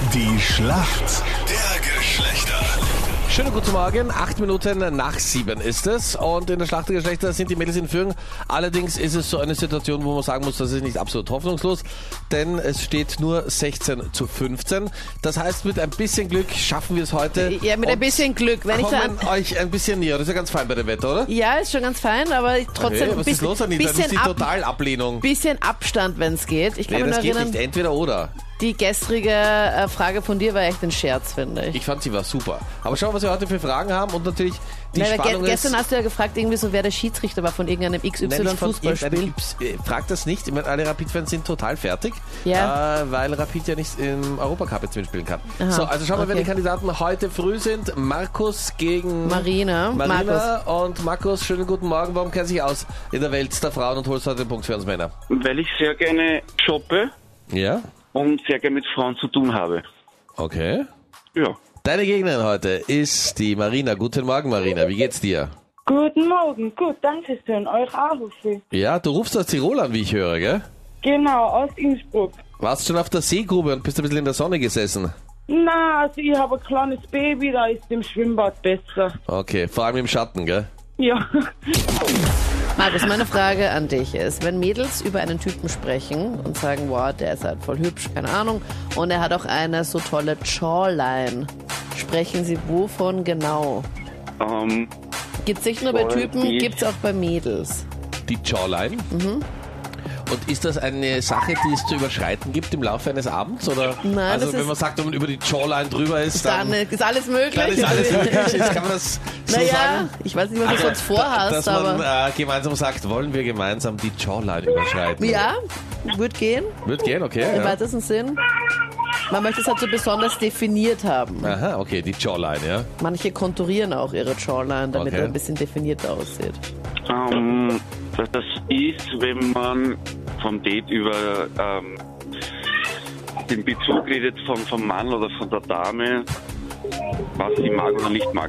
Die Schlacht der Geschlechter. Schönen guten Morgen, 8 Minuten nach 7 ist es und in der Schlacht der Geschlechter sind die Mädels in Führung. Allerdings ist es so eine Situation, wo man sagen muss, das ist nicht absolut hoffnungslos, denn es steht nur 16:15. Das heißt, mit ein bisschen Glück schaffen wir es heute. Ja, mit ein bisschen Glück. Wenn ich kommen euch ein bisschen näher. Das ist ja ganz fein bei dem Wetter, oder? Ja, ist schon ganz fein, aber trotzdem Hey, was ist los, Anita? Das ist die Totalablehnung. Bisschen Abstand, wenn es geht. Ich kann mich Das nur geht erinnern, nicht, entweder oder. die gestrige Frage von dir war echt ein Scherz, finde ich. Ich fand, sie war super. Aber schauen wir, was wir heute für Fragen haben und natürlich die Spannung gestern ist... hast du ja gefragt, irgendwie so, wer der Schiedsrichter war von irgendeinem XY-Fußballspiel. Frag das nicht. Ich meine, alle Rapid-Fans sind total fertig, weil Rapid ja nicht im Europacup jetzt mitspielen kann. Aha, So, also schauen wir, wer die Kandidaten heute früh sind. Markus gegen Marina. Und Markus, schönen guten Morgen. Warum kennst du dich aus in der Welt der Frauen und holst heute den Punkt für uns Männer? Weil ich sehr gerne shoppe Ja? und sehr gerne mit Frauen zu tun habe. Okay. Ja. Deine Gegnerin heute ist die Marina. Guten Morgen, Marina. Wie geht's dir? Guten Morgen, gut, danke schön. Euch auch viel. Ja, du rufst aus Tirol an, wie ich höre, gell? Genau, aus Innsbruck. Warst schon auf der Seegrube und bist ein bisschen in der Sonne gesessen? Na, also ich habe ein kleines Baby, da ist im Schwimmbad besser. Okay, vor allem im Schatten, gell? Ja. Markus, meine Frage an dich ist, wenn Mädels über einen Typen sprechen und sagen, wow, der ist halt voll hübsch, keine Ahnung, und er hat auch eine so tolle Jawline, sprechen sie wovon genau? Gibt's nicht nur bei Typen, gibt's auch bei Mädels. Die Jawline? Und ist das eine Sache, die es zu überschreiten gibt im Laufe eines Abends? Oder? Nein, also das wenn ist- man sagt, wenn man über die Jawline drüber ist, dann Ist alles möglich? ist alles möglich. Kann man das so Naja, sagen? ich weiß nicht, was du sonst vorhast, dass aber... man gemeinsam sagt, wollen wir gemeinsam die Jawline überschreiten? Ja, wird gehen, Wird gehen, okay. im Ja. weitesten Sinn. Man möchte es halt so besonders definiert haben. Aha, okay, die Jawline, ja. Manche konturieren auch ihre Jawline, damit Okay. er ein bisschen definierter aussieht. Das ist, wenn man vom Date über den Bezug redet vom Mann oder von der Dame, was sie mag oder nicht mag.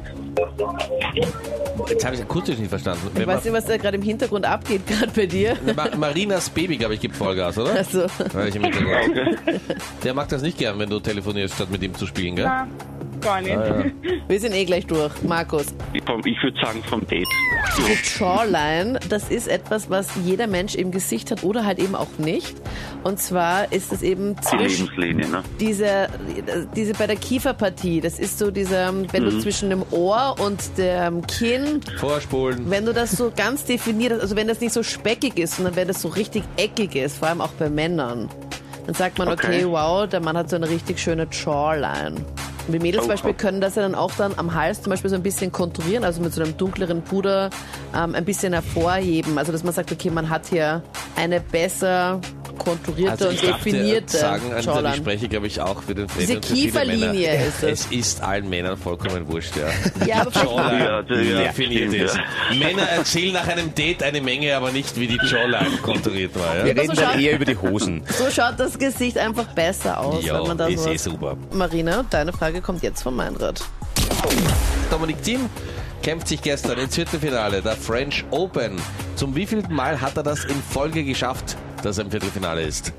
Jetzt habe ich akustisch nicht verstanden. Ich weiß nicht, was da gerade im Hintergrund abgeht, gerade bei dir. Marinas Baby, glaube ich, gibt Vollgas, oder? Also, Weil ich im Hintergrund. Der mag das nicht gern, wenn du telefonierst, statt mit ihm zu spielen, gell? Na, gar nicht. wir sind eh gleich durch. Markus, Ich würde sagen vom Date. die Jawline, das ist etwas, was jeder Mensch im Gesicht hat oder halt eben auch nicht. Und zwar ist es eben Die zwischen Lebenslinie, ne? diese bei der Kieferpartie. Das ist so dieser, wenn du zwischen dem Ohr und dem Kinn, Vorspulen. wenn du das so ganz definiert hast, also wenn das nicht so speckig ist, sondern wenn das so richtig eckig ist, vor allem auch bei Männern, dann sagt man, okay, wow, der Mann hat so eine richtig schöne Jawline. Und die Mädels zum Beispiel können das ja dann auch dann am Hals zum Beispiel so ein bisschen konturieren, also mit so einem dunkleren Puder ein bisschen hervorheben. Also dass man sagt, okay, man hat hier eine besser konturierte und ich darf dir definierte sagen, Anita, ich Jawline. spreche, glaube ich, auch für den Trainer Diese und für viele Männer. Kieferlinie ist es. Es ist allen Männern vollkommen wurscht, ja. Ja, aber vielleicht Jawline Ja, definiert stimmt, ist. ja. Männer erzählen nach einem Date eine Menge, aber nicht, wie die Jawline konturiert war, ja. Wir reden so dann schaut- eher über die Hosen. so schaut das Gesicht einfach besser aus, Ja, wenn man da ist so eh super. Marina, deine Frage kommt jetzt von Meinrad. Dominik Thiem kämpft sich gestern ins Viertelfinale der French Open. Zum wievielten Mal hat er das in Folge geschafft, dass er im Viertelfinale ist?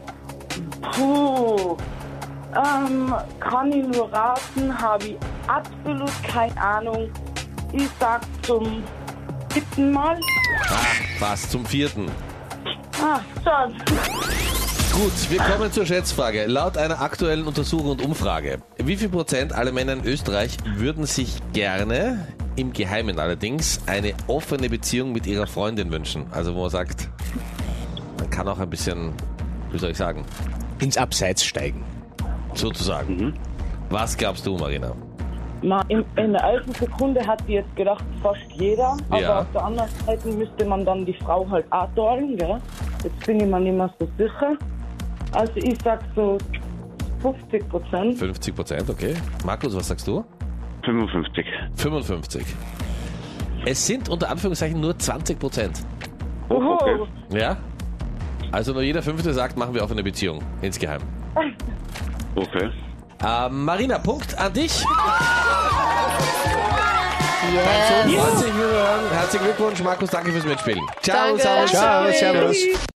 Puh. Kann ich nur raten, habe ich absolut keine Ahnung. Ich sag zum 7. Mal. Fast zum 4. Schon. Gut, wir kommen zur Schätzfrage. Laut einer aktuellen Untersuchung und Umfrage, wie viel Prozent aller Männer in Österreich würden sich gerne, im Geheimen allerdings, eine offene Beziehung mit ihrer Freundin wünschen? Also wo man sagt, man kann auch ein bisschen, wie soll ich sagen, Ins Abseits steigen. sozusagen. Was glaubst du, Marina? In der ersten Sekunde hat ich jetzt gedacht, fast jeder. Aber Ja. auf der anderen Seite müsste man dann die Frau halt auch teilen, gell? Jetzt bin ich mir nicht mehr so sicher. Also ich sag so 50%. 50%, okay. Markus, was sagst du? 55. 55. Es sind unter Anführungszeichen nur 20%. Oho. Okay. Ja? Also nur jeder Fünfte sagt, machen wir offene Beziehung. Insgeheim. Okay. Marina, Punkt an dich. Yes. Herzlichen Glückwunsch, Markus, danke fürs Mitspielen. Ciao, Danke. servus. Ciao, servus.